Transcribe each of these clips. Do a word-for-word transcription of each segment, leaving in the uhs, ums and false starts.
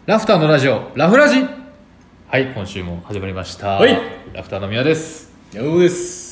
ラフターのラジオラフラジ。はい、今週も始まりました。 はい、 ラフターの宮です。 山本です。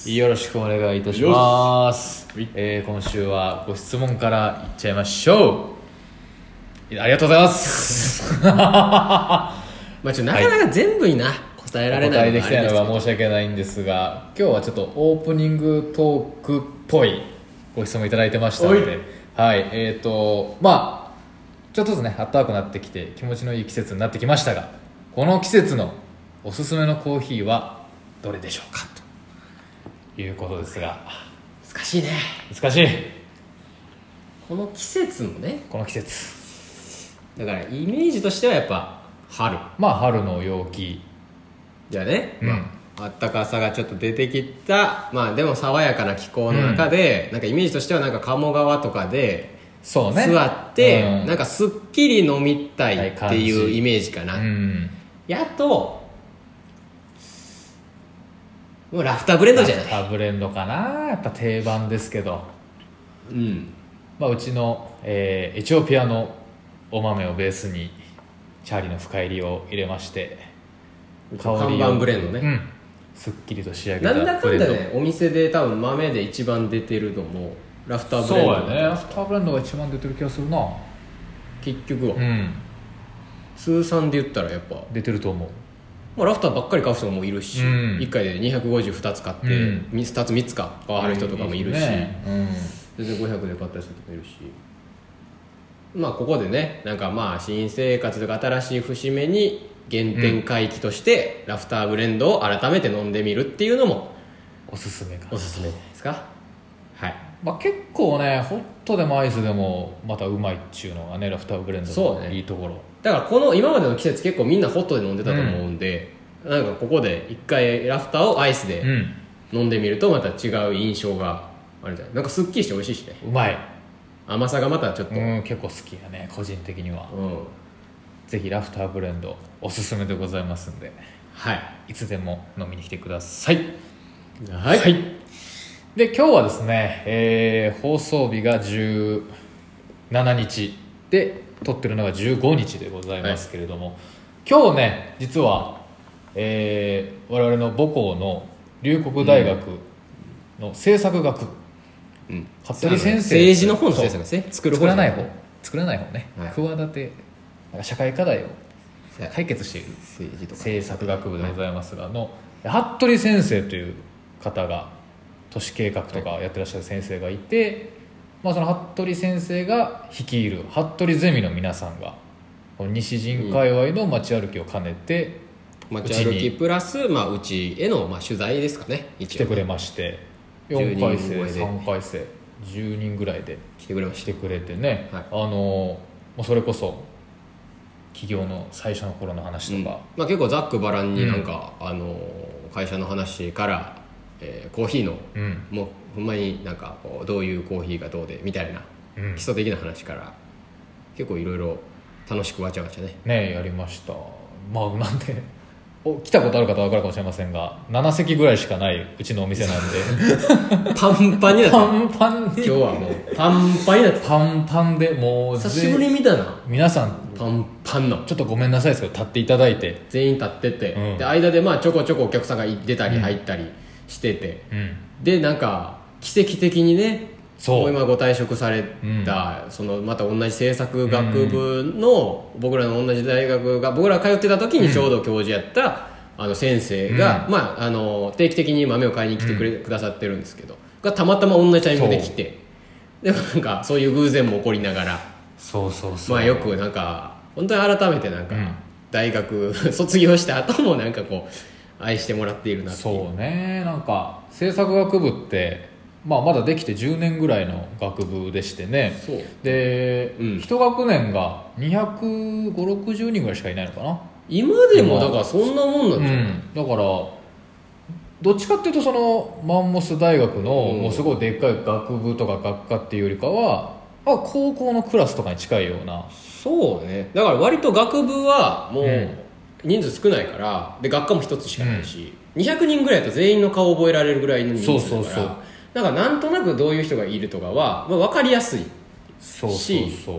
よろしくお願いいたします。えー、今週はご質問からいっちゃいましょう。ありがとうございますまあちょっとなかなか全部にな、はい、答えられないのがお答えできないのが申し訳ないんですが、今日はちょっとオープニングトークっぽいご質問いただいてましたので、はい、えーとまあちょっとずつね暖かくなってきて気持ちのいい季節になってきましたが、この季節のおすすめのコーヒーはどれでしょうかということですが、 難しいね。 難しい。 この季節のね、 この季節だからイメージとしてはやっぱ春。 まあ春の陽気じゃあね、 うん、 まあ暖かさがちょっと出てきた、まあでも爽やかな気候の中で、うん、なんかイメージとしてはなんか鴨川とかでそうね、 座って、 うん、 なんかすっきり飲みたいっていうイメージかな、うん、やっともうラフターブレンドじゃない。 ラフターブレンドかな、やっぱ定番ですけど、 うんまあ、うちの、えー、エチオピアのお豆をベースにチャーリーの深入りを入れまして、 香りを看板ブレンドね、 うん、すっきりと仕上げたブレンド。 なんだかんだね、お店で多分豆で一番出てるのもラフターブレンド。 そうやね、ラフターブレンドが一番出てる気がするな結局は、 うん、 通算で言ったらやっぱ出てると思う。 まあ、ラフターばっかり買う人もいるし、うん、いっかいでにひゃくごじゅうにつ買って、うん、ふたつみっつか買わはる人とかもいるし、ね、うん、全然ごひゃくで買った人とかいるし、まあここでね、なんかまあ新生活とか新しい節目に原点回帰としてラフターブレンドを改めて飲んでみるっていうのもおすすめかな。 おすすめですか。はい、 まあ、結構ねホットでもアイスでもまたうまいっちゅうのがねラフターブレンドのいいところ、ね、 だからこの今までの季節結構みんなホットで飲んでたと思うんで、うん、なんかここで一回ラフターをアイスで飲んでみるとまた違う印象があるじゃない。なんかすっきりして美味しいしね、 うまい、 甘さがまたちょっと、うん、 結構好きやね個人的には、 うん、 ぜひラフターブレンドおすすめでございますんで、 はい、 いつでも飲みに来てください。 はい、 はい、で今日はですね、えー、放送日がじゅうしちにちで撮ってるのがじゅうごにちでございますけれども、はい、今日ね実は、えー、我々の母校の龍谷大学の政策学部、うん、服部先生、 政治の方の政策ですね。作る方作らない方作らない方ね、 はい、 企てなんか社会課題を解決している政治とか政策学部でございますが、はい、の服部先生という方が都市計画とかやってらっしゃる先生がいて、まあ、その服部先生が率いる服部ゼミの皆さんが西陣界隈の街歩きを兼ねて、 うん、街歩きプラス、まあ、うちへの、まあ、取材ですかね、 来てくれまして、よんかい生さんかい生じゅうにんぐらいで来てくれました。 来てくれてね、はい、あのそれこそ企業の最初の頃の話とか、うん、 まあ、結構ざっくばらんになんか、うん、あの会社の話から、えー、コーヒーの、うん、もうほんまになんかこうどういうコーヒーがどうでみたいな、うん、基礎的な話から結構いろいろ楽しくわちゃわちゃねねやりました。まあなんでお来たことある方は分かるかもしれませんがななせきぐらいしかないうちのお店なんでパンパンになってパンパンに今日はもうパンパンになってパンパンでもう久しぶりに見たな。 皆さんパンパンのちょっとごめんなさいですけど立っていただいて全員立ってて、うん、で間でまあちょこちょこお客さんが出たり入ったりしてて、うん、でなんか奇跡的にね、そう今ご退職された、うん、そのまた同じ政策学部の、うん、僕らの同じ大学が僕らが通ってた時にちょうど教授やった、うん、あの先生が、うん、まあ、あの定期的に豆を買いに来てくれ、うん、くださってるんですけどがたまたま同じタイミングで来て、でもなんかそういう偶然も起こりながら、 そうそうそう、 まあ、よくなんか本当に改めてなんか、うん、大学卒業した後もなんかこう愛してもらっているなっていう。 そうね、なんか政策学部ってまあ、まだできてじゅうねんぐらいの学部でしてね。そうで、うん、いち学年がにひゃくごじゅう、ろくじゅうにんぐらいしかいないのかな今でも。だからそんなもんなんじゃない、うん、 だからどっちかっていうとそのマンモス大学のもうすごいでっかい学部とか学科っていうよりかは、あ高校のクラスとかに近いような。 そうね、だから割と学部はもう人数少ないから、で学科も一つしかないし、うん、にひゃくにんぐらいだと全員の顔を覚えられるぐらいの人数だから、そうそうそう、だからなんとなくどういう人がいるとかは、まあ、分かりやすいし、 そうそうそう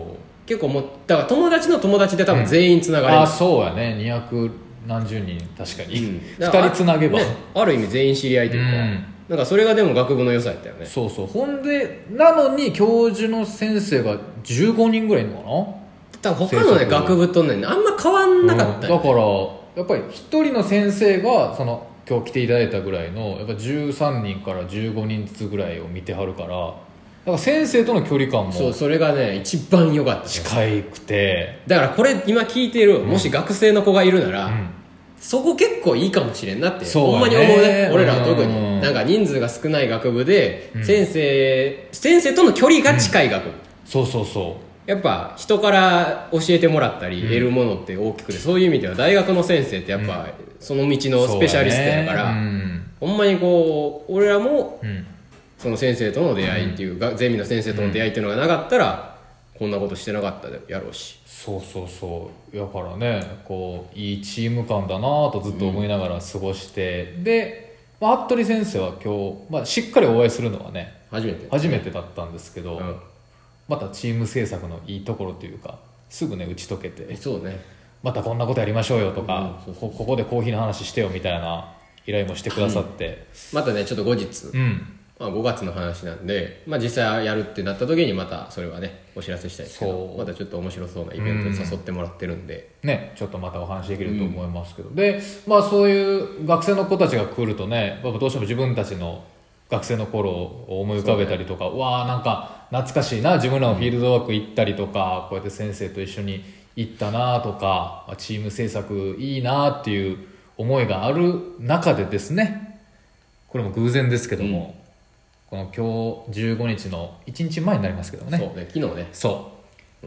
結構もうだから友達の友達で多分全員つながれる、うん、 あそうやねにひゃくなんじゅうにん確かに、うん、ふたりつなげば、ね、 ある意味全員知り合いというか、うん、なんかそれがでも学部の良さやったよね。 そうそうほんでなのに教授の先生がじゅうごにんぐらいいるのかな。 多分他のね学部とねあんま変わんなかった、ねうん、だからやっぱりひとりの先生がその今日来ていただいたぐらいのやっぱじゅうさんにんからじゅうごにんずつぐらいを見てはるからだから先生との距離感もそうそれがね一番良かった、ね、 近くてだからこれ今聞いてる、うん、もし学生の子がいるなら、うん、そこ結構いいかもしれんなって、ほんまに思うね。俺らは特に、うん、なんか人数が少ない学部で、うん、先生先生との距離が近い学部、うん、 そうそうそうやっぱ人から教えてもらったり、うん、得るものって大きくてそういう意味では大学の先生ってやっぱ、うん、その道のスペシャリストやから、ねうん、ほんまにこう俺らも、うん、その先生との出会いっていう、うん、ゼミの先生との出会いっていうのがなかったら、うん、こんなことしてなかったやろうし。 そうそうそうだからねこういいチーム感だなとずっと思いながら過ごして、うん、で、まあ、服部先生は今日、まあ、しっかりお会いするのはね初めて初めてだったんですけど、 うんまたチーム制作のいいところというかすぐね打ち解けてそうねまたこんなことやりましょうよとか、うん、こ, ここでコーヒーの話してよみたいな依頼もしてくださって、 うん、またねちょっと後日、 うんまあ、ごがつの話なんで、まあ、実際やるってなった時にまたそれはねお知らせしたいですけどまたちょっと面白そうなイベントに誘ってもらってるんで、 うん、ねちょっとまたお話できると思いますけど、うん、でまあそういう学生の子たちが来るとねどうしても自分たちの学生の頃を思い浮かべたりとか、ね、うわーなんか懐かしいな自分らのフィールドワーク行ったりとか、うん、こうやって先生と一緒に行ったなとかチーム制作いいなっていう思いがある中でですねこれも偶然ですけども、うん、この今日じゅうごにちのいちにちまえになりますけどねそうね昨日ねそう、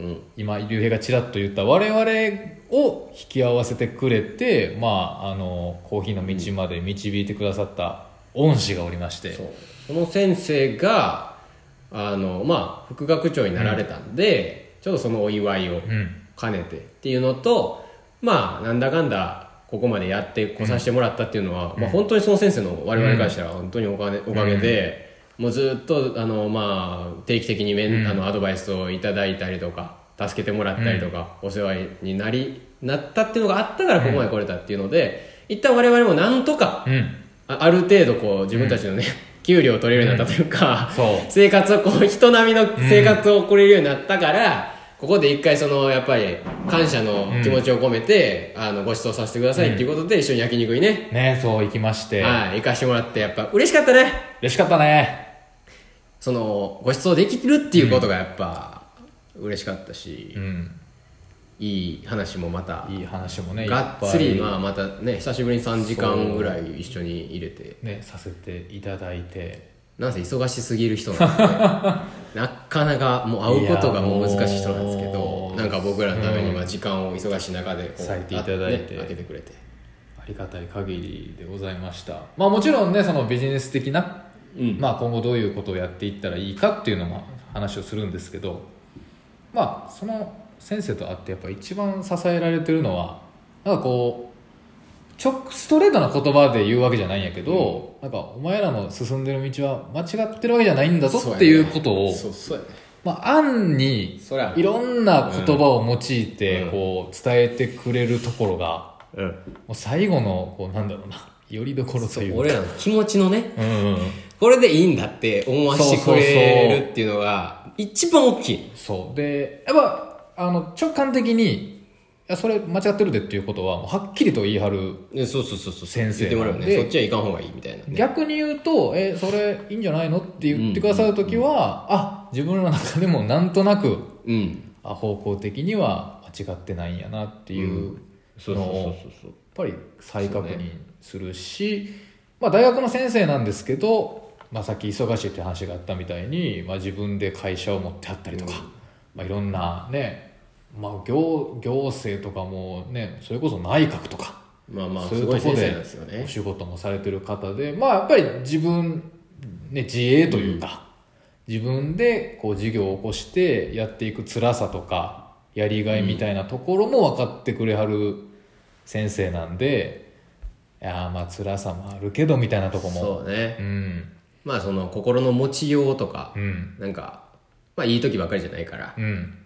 うん、 今竜兵がちらっと言った我々を引き合わせてくれて、まあ、あのコーヒーの道まで導いてくださった恩師がおりまして、 そうその先生があの、まあ、副学長になられたんで、うん、ちょっとそのお祝いを兼ねてっていうのと、うん、まあなんだかんだここまでやってこさせてもらったっていうのは、うんまあ、本当にその先生の我々からしたら本当におかげ、おかげで、うん、もうずっとあの、まあ、定期的にめん、うん、あのアドバイスをいただいたりとか助けてもらったりとか、うん、お世話になりなったっていうのがあったからここまで来れたっていうので、うん、一旦我々もなんとか、うんある程度こう自分たちのね、うん、給料を取れるようになったというか、うん、生活をこう人並みの生活を送れるようになったから、うん、ここで一回そのやっぱり感謝の気持ちを込めて、うん、あのご馳走させてくださいっていうことで一緒に焼肉にね、 ねそう行きまして、 はい、行かしてもらってやっぱ嬉しかったね。 嬉しかったね。 そのご馳走できるっていうことがやっぱ嬉しかったし、うん、いい話もまたいい話もねがっつりまあまたね久しぶりにさんじかんぐらい一緒に入れてねさせていただいてなんせ忙しすぎる人なんでなかなかもう会うことがもう難しい人なんですけどなんか僕らのためにまあ時間を忙しい中で割いていただいて、 ね、開けてくれてありがたい限りでございました。まあもちろんねそのビジネス的な、うんまあ、今後どういうことをやっていったらいいかっていうのも話をするんですけどまあその先生と会ってやっぱ一番支えられてるのはなんかこうちょストレートな言葉で言うわけじゃないんやけど、うん、なんかお前らの進んでる道は間違ってるわけじゃないんだぞっていうことをそうそうやねまあ暗にいろんな言葉を用いてこう伝えてくれるところが、うん、もう最後のこうなんだろうなよりどころというか俺らの気持ちのね、 うんうん、 これでいいんだって思わせてくれるっていうのが一番大きい。 そうでやっぱあの直感的にいやそれ間違ってるでっていうことはもうはっきりと言い張るそうそうそうそう先生なんで、ね、そっちはいかん方がいいみたいな、ね、 逆に言うとえそれいいんじゃないのって言ってくださるときは、うんうんうん、あ自分の中でもなんとなく、うん、あ方向的には間違ってないんやなっていうのをやっぱり再確認するし、まあ、大学の先生なんですけど、まあ、さっき忙しいって話があったみたいに、まあ、自分で会社を持ってあったりとか、うんまあ、いろんなねまあ、行, 行政とかもねそれこそ内閣とか、 まあまあ、 そういうところでお仕事もされてる方で、まあやっぱり自分、ね、自営というか、うん、自分でこう事業を起こしてやっていく辛さとかやりがいみたいなところも分かってくれはる先生なんで、いやまあ辛さもあるけどみたいなとこもそうね、 うん、 まあその心の持ちようとか、 うん、 なんかまあいい時ばかりじゃないから、 うん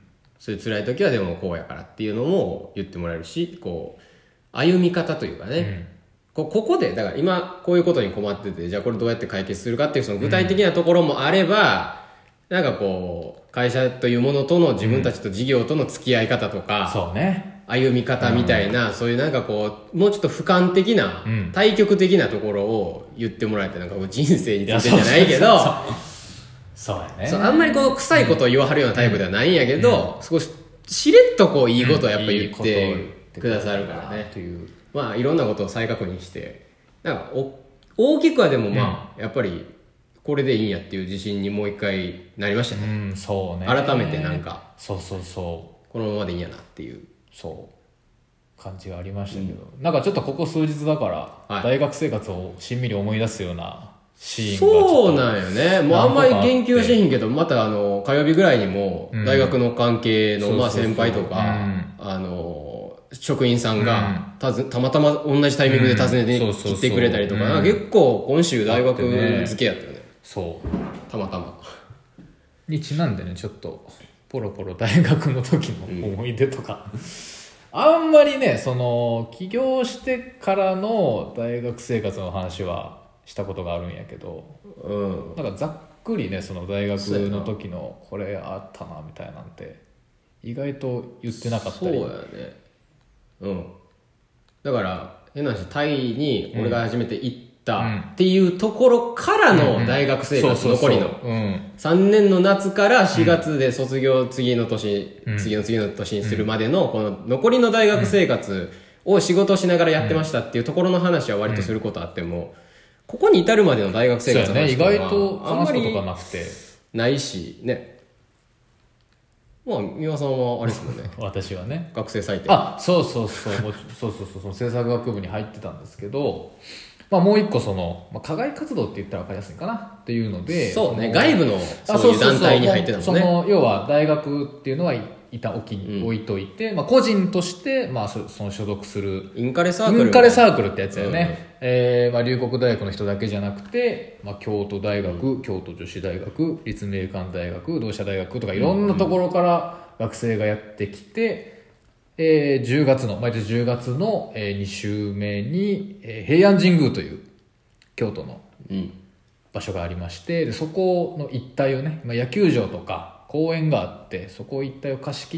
そういう辛い時はでもこうやからっていうのも言ってもらえるし、こう歩み方というかね、うん、こ, ここでだから今こういうことに困ってて、じゃあこれどうやって解決するかっていうその具体的なところもあれば、うん、なんかこう会社というものとの自分たちと事業との付き合い方とか、 うん、そうね、 歩み方みたいな、うん、そういうなんかこうもうちょっと俯瞰的な、うん、対極的なところを言ってもらえて、なんかこう人生についてじゃないけど、 そうやね、 そうあんまりこう臭いことを言わはるようなタイプではないんやけど、うん、少ししれっとこういいことをやっぱ言ってくださるからね、というまあいろんなことを再確認して、なんかお大きくはでもまあ、うん、やっぱりこれでいいんやっていう自信にもう一回なりましたね、 うん、そうね、 改めてなんかそうそうそう、 このままでいいんやなっていうそう感じがありましたけど、うん、なんかちょっとここ数日だから、はい、大学生活をしんみり思い出すようなシーンがそうなんよね。もうあんまり言及はしへんけど、またあの火曜日ぐらいにも大学の関係のまあ先輩とか、あの職員さんがたずたまたま同じタイミングで訪ねてきてくれたりとか、結構今週大学付けやったよね。そうたまたまにちなんでね、ちょっとポロポロ大学の時の思い出とか、うん、あんまりね、その起業してからの大学生活の話はしたことがあるんやけど、うん、なんかざっくりね、その大学の時のこれあったなみたいなんて意外と言ってなかったり。 そうやね、うん、だから変な話、タイに俺が初めて行ったっていうところからの大学生活、残りのさんねんの夏からしがつで卒業、次の年、うん、次の次の年にするまでのこの残りの大学生活を仕事しながらやってましたっていうところの話は割とすることあっても、ここに至るまでの大学生活の話は、 ね、意外と話すことがなくてないしね。まあ三輪さんはあれですもんね私はね、 学生採点、 あ、そうそうそうそうそうそうそう、制作学部に入ってたんですけど、まあ、もう一個その、まあ、課外活動って言ったら分かりやすいかなっていうので、 そうね、外部のそういう団体に入ってたもんね。 その要は大学っていうのは一旦置きに置いといて、うん、まあ、個人として、まあ、そ, その所属するインカレサークルインカレサークルってやつだよね、うん、えーまあ、龍谷大学の人だけじゃなくて、まあ、京都大学、うん、京都女子大学、立命館大学、同志社大学とかいろんなところから学生がやってきて、えー、じゅうがつの毎年じゅうがつの、えー、に週目に、えー、平安神宮という京都の場所がありまして、でそこの一帯をね、まあ、野球場とか公園があって、そこ一帯を貸し切って、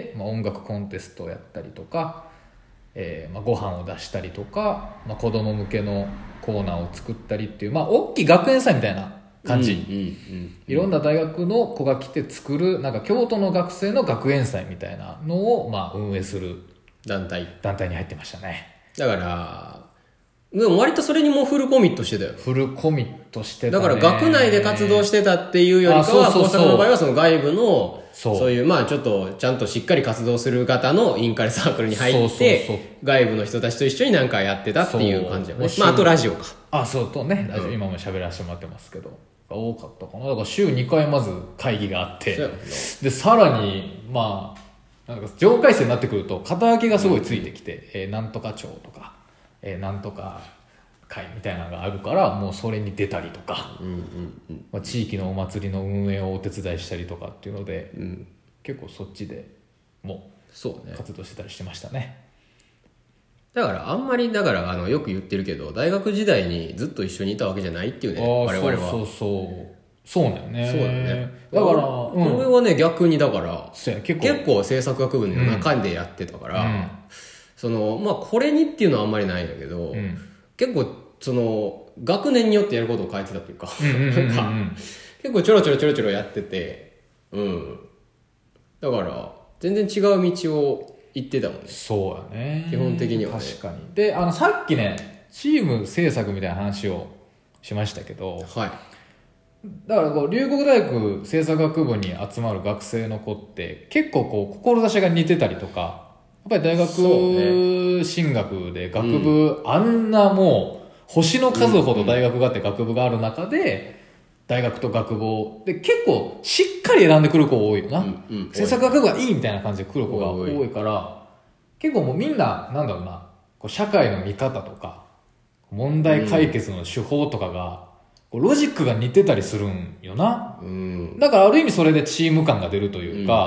まあ、音楽コンテストをやったりとか、えーまあ、ご飯を出したりとか、まあ、子供向けのコーナーを作ったりっていう、まあ、大きい学園祭みたいな感じ、うんうんうんうん、いろんな大学の子が来て作るなんか京都の学生の学園祭みたいなのを、まあ、運営する団体団体に入ってましたね。 だからでも割とそれにもフルコミットしてたよ。 フルコミットしてたね。 だから学内で活動してたっていうよりかは、大阪の場合はその外部のそうそういうまあちょっとちゃんとしっかり活動する方のインカレサークルに入って、そうそうそう、外部の人たちと一緒に何かやってたっていう感じだね。まああとラジオか。 あ、そうとね、ラジオ、うん、今も喋らせてもらってますけど、多かったかな。だから週にかいまず会議があって、でさらにまあなんか上階生になってくると肩書きがすごいついてきて、うん、えー、なんとか長とか。えー、なんとか会みたいなのがあるから、もうそれに出たりとか、うんうんうん、まあ、地域のお祭りの運営をお手伝いしたりとかっていうので、うん、結構そっちでもう活動してたりしてましたね。 だからあんまりだからあのよく言ってるけど、大学時代にずっと一緒にいたわけじゃないっていうね、我々は。 そうそうそうそうだよね。 そうだよね。 だから、 うん、俺はね逆にだから結構、 結構制作学部の中でやってたから、うんうん、そのまあこれにっていうのはあんまりないんだけど、うん、結構その学年によってやることを変えてたっていうか、なんか結構ちょろちょろちょろちょろやってて、うん、だから全然違う道を行ってたもんね。 そうやね、 基本的にはね。 確かに。で、あのさっきねチーム制作みたいな話をしましたけど、はい、だからこう龍谷大学制作学部に集まる学生の子って結構こう志が似てたりとか、やっぱり大学進学で学部、うん、あんなもう星の数ほど大学があって学部がある中で、大学と学部をで結構しっかり選んでくる子多いよな、うんうん、制作学部がいいみたいな感じで来る子が多いから、結構もうみんななんだろうな、こう社会の見方とか問題解決の手法とかが、こうロジックが似てたりするんよな、うん、だからある意味それでチーム感が出るというか、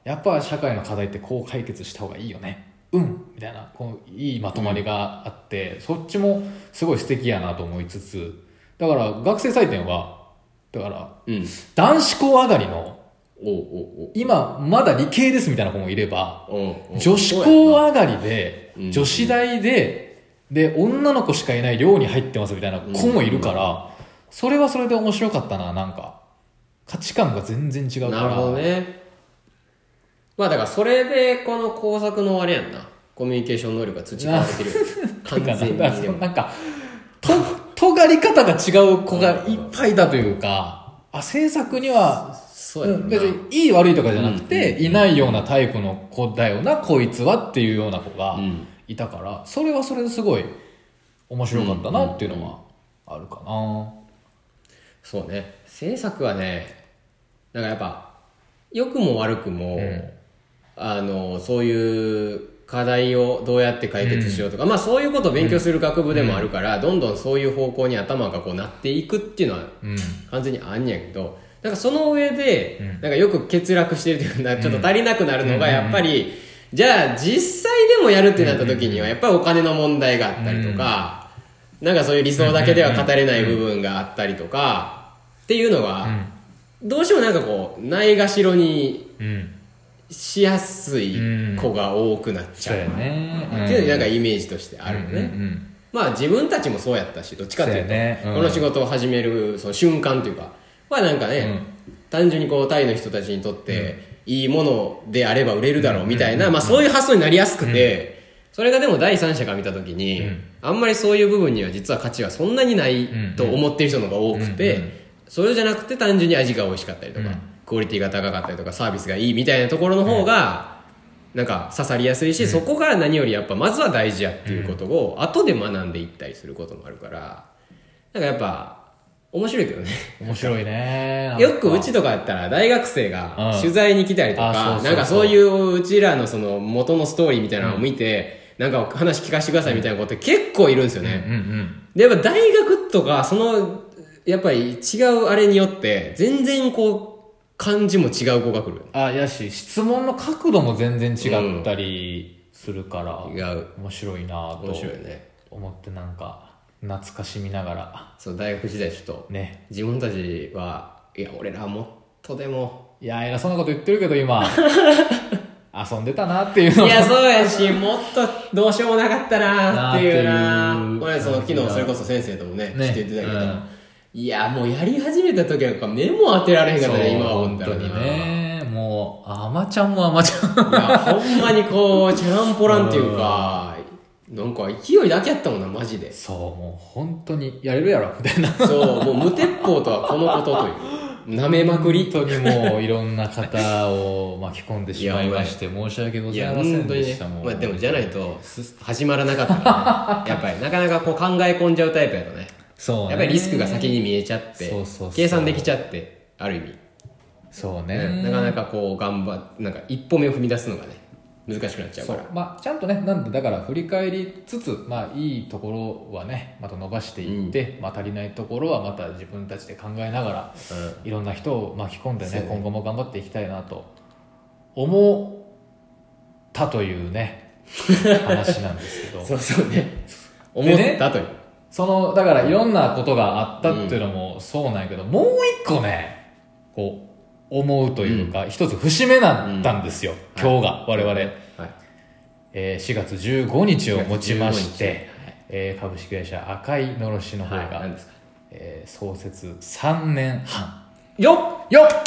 やっぱ社会の課題ってこう解決した方がいいよねうんみたいなこういいまとまりがあって、うん、そっちもすごい素敵やなと思いつつだから学生採点はだから、うん、男子校上がりのおうおうおう今まだ理系ですみたいな子もいればおうおう女子校上がりで女子大で、うん、で女の子しかいない寮に入ってますみたいな子もいるから、うん、それはそれで面白かったな。なんか価値観が全然違うから。 なるほどね。まあだからそれでこの工作のあれやんなコミュニケーション能力が培われてる完全にでもなんかと尖り方が違う子がいっぱいだというかあ制作にはそうやな、別にいい悪いとかじゃなくて、うん、いないようなタイプの子だよなこいつはっていうような子がいたから、うん、それはそれですごい面白かったなっていうのはあるかな、うんうん、 そうね制作はねなんかやっぱ良くも悪くも、うん、あのそういう課題をどうやって解決しようとか、うん、まあそういうことを勉強する学部でもあるから、うん、どんどんそういう方向に頭がこうなっていくっていうのは完全にあんねやけど、なんかその上で、うん、なんかよく欠落してるというかちょっと足りなくなるのがやっぱり、うん、じゃあ実際でもやるってなった時にはやっぱりお金の問題があったりとか、うん、なんかそういう理想だけでは語れない部分があったりとかっていうのが、うん、どうしてもなんかこうないがしろにしやすい子が多くなっちゃう、うん、っていうのがなんかイメージとしてあるよね、うんうんうん、まあ自分たちもそうやったしどっちかっていうと、ねうん、この仕事を始めるその瞬間というかはなんかね、うん、単純にこうタイの人たちにとっていいものであれば売れるだろうみたいな、うん、まあそういう発想になりやすくて、うん、それがでも第三者が見た時に、うん、あんまりそういう部分には実は価値はそんなにないと思ってる人の方が多くて、うんうん、それじゃなくて単純に味が美味しかったりとか、うん、クオリティが高かったりとかサービスがいいみたいなところの方がなんか刺さりやすいし、うん、そこが何よりやっぱまずは大事やっていうことを後で学んでいったりすることもあるからなんかやっぱ面白いけどね面白いねよくうちとかやったら大学生が取材に来たりとか、うん、なんかそういううちらのその元のストーリーみたいなのを見て、うん、なんか話聞かせてくださいみたいなことって結構いるんですよね、うんうんうん、でやっぱ大学とかそのやっぱり違うあれによって全然こう感じも違う子が来るあやし質問の角度も全然違ったりするから、うん、違う面白いなと思ってなんか懐かしみながらそう大学時代ちょっとね自分たちはいや俺らもっとでもいや偉そうなこと言ってるけど今遊んでたなっていうのいやそうやしもっとどうしようもなかったなっていうなこれその昨日それこそ先生ともねねして言ってたけど、うん、いやもうやり始めた時は目も当てられへんかったね今は本当にねもうアマちゃんもアマちゃんいやほんまにこうチャランポランっていうかなんか勢いだけやったもんなマジでそうもう本当にやれるやろみたいなそうもう無鉄砲とはこのことという舐めまくり本当にもういろんな方を巻き込んでしまいまして申し訳ございませんでしたもん、 まあ、でもじゃないと始まらなかったからねやっぱりなかなかこう考え込んじゃうタイプやとねそうねやっぱりリスクが先に見えちゃってそうそうそう計算できちゃってある意味そうねなかなかこう頑張っなんか一歩目を踏み出すのがね難しくなっちゃうからそう、まあ、ちゃんとねなんでだから振り返りつつ、まあ、いいところはねまた伸ばしていって、うんまあ、足りないところはまた自分たちで考えながら、うん、いろんな人を巻き込んでね、ね今後も頑張っていきたいなと思ったというね話なんですけどそうそうね思ったという、ね、 そのだからいろんなことがあったっていうのもそうなんやけど、うん、もう一個ねこう思うというか、うん、一つ節目だったんですよ、うん、今日が、はい、我々、はいえー、しがつじゅうごにちをもちまして、はいえー、株式会社赤いのろしの方が、はい何ですかえー、創設さんねんはんよっよっ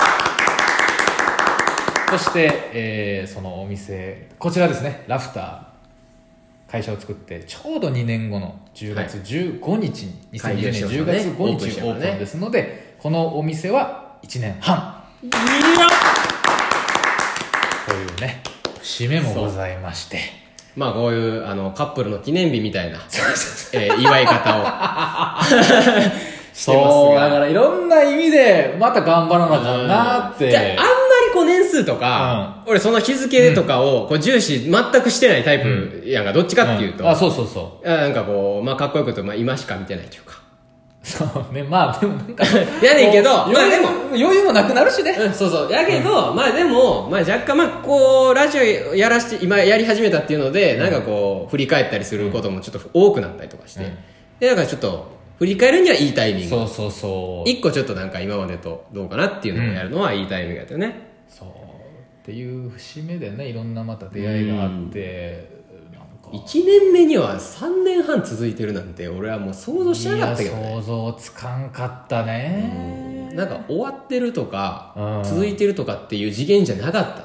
そして、えー、そのお店こちらですねラフター会社を作ってちょうどにねんごのじゅうがつじゅうごにちに、はい、にせんにじゅうねんじゅうがつごにちオープンですのでこのお店はいちねんはんいやこういうね節目もございましてまあこういうあのカップルの記念日みたいな、えー、祝い方をしてますがそうだからいろんな意味でまた頑張らなあかんなってじゃああんまりこう年数とか、うん、俺その日付とかをこう重視全くしてないタイプやんか、うん、どっちかっていうと、 うん、あそうそうそうなんかこうまあかっこよくとまあ今しか見てないというかそうね、まあでもなんかやねんけどまあでも余裕もなくなるしね、 うん、そうそうやけど、うん、まあでも、まあ、若干まあこうラジオやらして今やり始めたっていうので、うん、なんかこう振り返ったりすることもちょっと多くなったりとかして、うん、でなんかちょっと振り返るにはいいタイミング、 そうそうそう一個ちょっとなんか今までとどうかなっていうのをやるのはいいタイミングだったよね、 うん、そうっていう節目でねいろんなまた出会いがあって、うん、 いちねんめにはさんねんはん続いてるなんて俺はもう想像しなかったけどね。 想像つかんかったね、 うん、なんか終わってるとか、うん、続いてるとかっていう次元じゃなかった。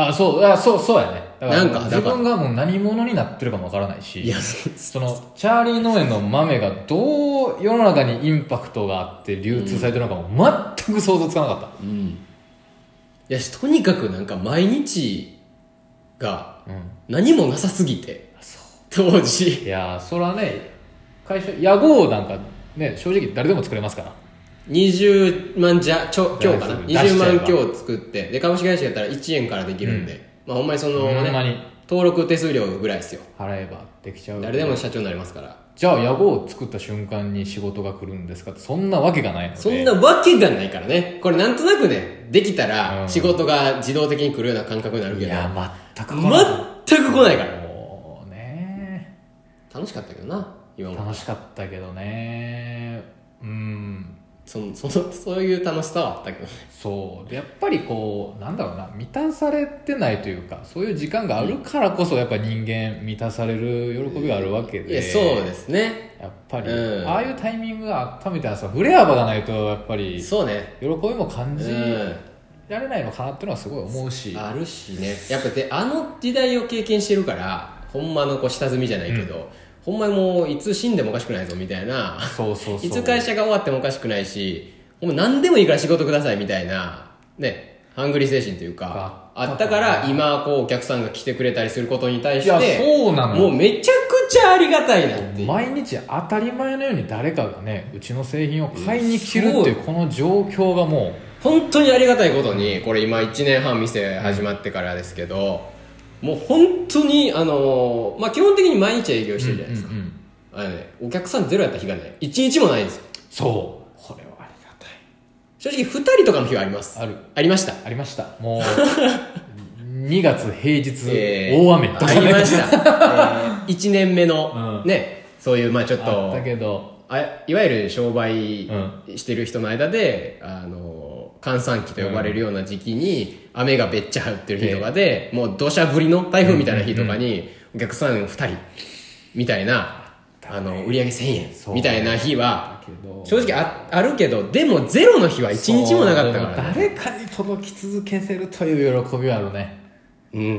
あそうあそうそうやね。だからなんか自分がもう何者になってるかもわからないし、 いやそのチャーリー農園の豆がどう世の中にインパクトがあって流通されてるのかも全く想像つかなかった、 うん、いやとにかくなんか毎日が何もなさすぎて、うん、当時いやそれはね会社屋号なんかね正直誰でも作れますからにじゅうまんじゃちょ今日かなにじゅうまん強作ってで株式会社やったらいちえんからできるんで、うん、まあほんまにそのね登録手数料ぐらいですよ。 払えばできちゃう。 誰でも社長になりますから。 じゃあ屋号を作った瞬間に仕事が来るんですかってそんなわけがないので。 そんなわけがないからね。これなんとなくねできたら仕事が自動的に来るような感覚になるけど、 いや全く来ない全く来ないからもうね楽しかったけどな今も楽しかったけどねうんそのそのそういう楽しさはあったけどね。 そうでやっぱりこうなんだろうな満たされてないというかそういう時間があるからこそやっぱ人間満たされる喜びがあるわけで、 いやそうですねやっぱり、 うん、 ああいうタイミングがあったみたいなさ振れ幅がないとやっぱりそうね喜びも感じられないのかなっていうのはすごい思うし、 うん、あるしねやっぱであの時代を経験してるからほんまのこう下積みじゃないけど、うんほんまにもういつ死んでもおかしくないぞみたいなそうそうそういつ会社が終わってもおかしくないしほんま何でもいいから仕事くださいみたいなねハングリー精神というかあったから今こうお客さんが来てくれたりすることに対していやそうなのもうめちゃくちゃありがたいなって毎日当たり前のように誰かがねうちの製品を買いに来るっていうこの状況がもう本当にありがたいことにこれ今いちねんはん店始まってからですけどもう本当にあのー、まあ基本的に毎日営業してるじゃないですか、うんうんうん、あのね、お客さんゼロやった日がねいちにちもないんですよ。 そうこれはありがたい。 正直ふたりとかの日はありますあるありましたありましたもうにがつ平日、えー、大雨とか、 ね、ありました、えー、いちねんめの、うん、ねそういうまあちょっとだけどあいわゆる商売してる人の間で、うん、あの閑散期と呼ばれるような時期に雨がべっちゃ降ってる日とかで、もう土砂降りの台風みたいな日とかにお客さんふたりみたいなあの売り上げせんえんみたいな日は正直 あ, あるけどでもゼロの日はいちにちもなかったから、 ね、誰かに届き続けてるという喜びはあるね。 うん、うん、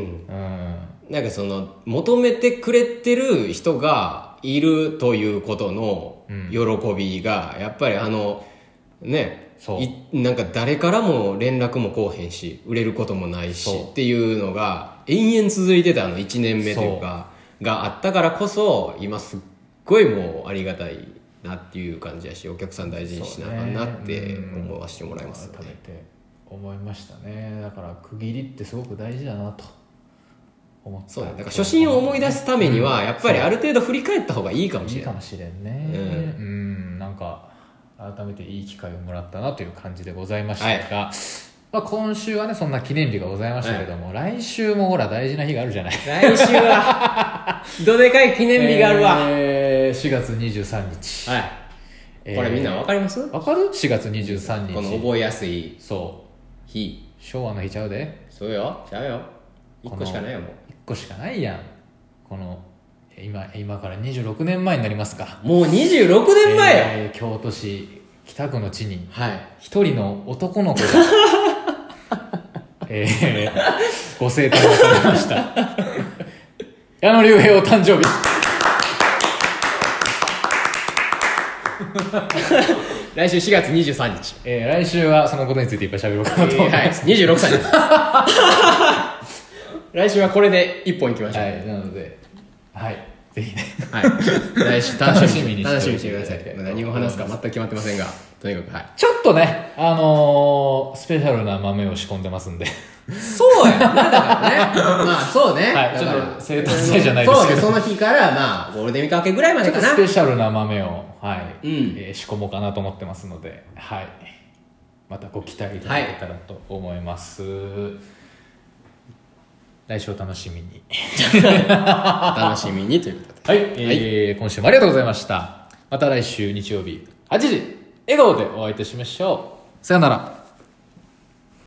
なんかその求めてくれてる人がいるということの喜びがやっぱりあのねそうなんか誰からも連絡もこうへんし売れることもないしっていうのが延々続いてたあのいちねんめというかがあったからこそ今すっごいもうありがたいなっていう感じやしお客さん大事にしなあかんなって思わせてもらいます、ね、 改めて思いましたね。だから区切りってすごく大事だなと思った。 そうだから初心を思い出すためにはやっぱりある程度振り返った方がいいかもしれない。いいかもしれんね。うん、うんなんか改めていい機会をもらったなという感じでございましたが、はいまあ、今週はねそんな記念日がございましたけども、はい、来週もほら大事な日があるじゃない。 来週はどでかい記念日があるわ、 えー、しがつにじゅうさんにち、 はいえー、これみんな分かります？ 分かる？ しがつにじゅうさんにちこの覚えやすいそう日昭和の日ちゃうで。 そうよちゃうよいっこしかないよもういっこしかないやん。この今, 今からにじゅうろくねんまえになりますか。 もうにじゅうろくねんまえよ、 えー、京都市北区の地に一人の男の子が、はいえー、ご生誕されました矢野龍平お誕生日来週しがつにじゅうさんにち、 えー、来週はそのことについていっぱい喋ろうかなと思います、 えーはい、にじゅうろくさいです来週はこれで一本いきましょう、 はい、なのではいぜひね、 はい、来週楽しみに楽しみにしてください。何を話すか全く決まってませんが、とにかく、はい、 ちょっとね、あのー、スペシャルな豆を仕込んでますんでそうやな、だからねまあそうね、 はい、ちょっと生誕祭じゃないですけど、 そうね、その日からまあゴールデンウィーク明けぐらいまでかな、 スペシャルな豆を、はい、 うんえー、仕込もうかなと思ってますので、はい、またご期待いただけたらと思います、はい、来週お楽しみに楽しみにということで、はい、えーはい、今週もありがとうございました。また来週日曜日はちじ笑顔でお会いいたしましょう。さよなら。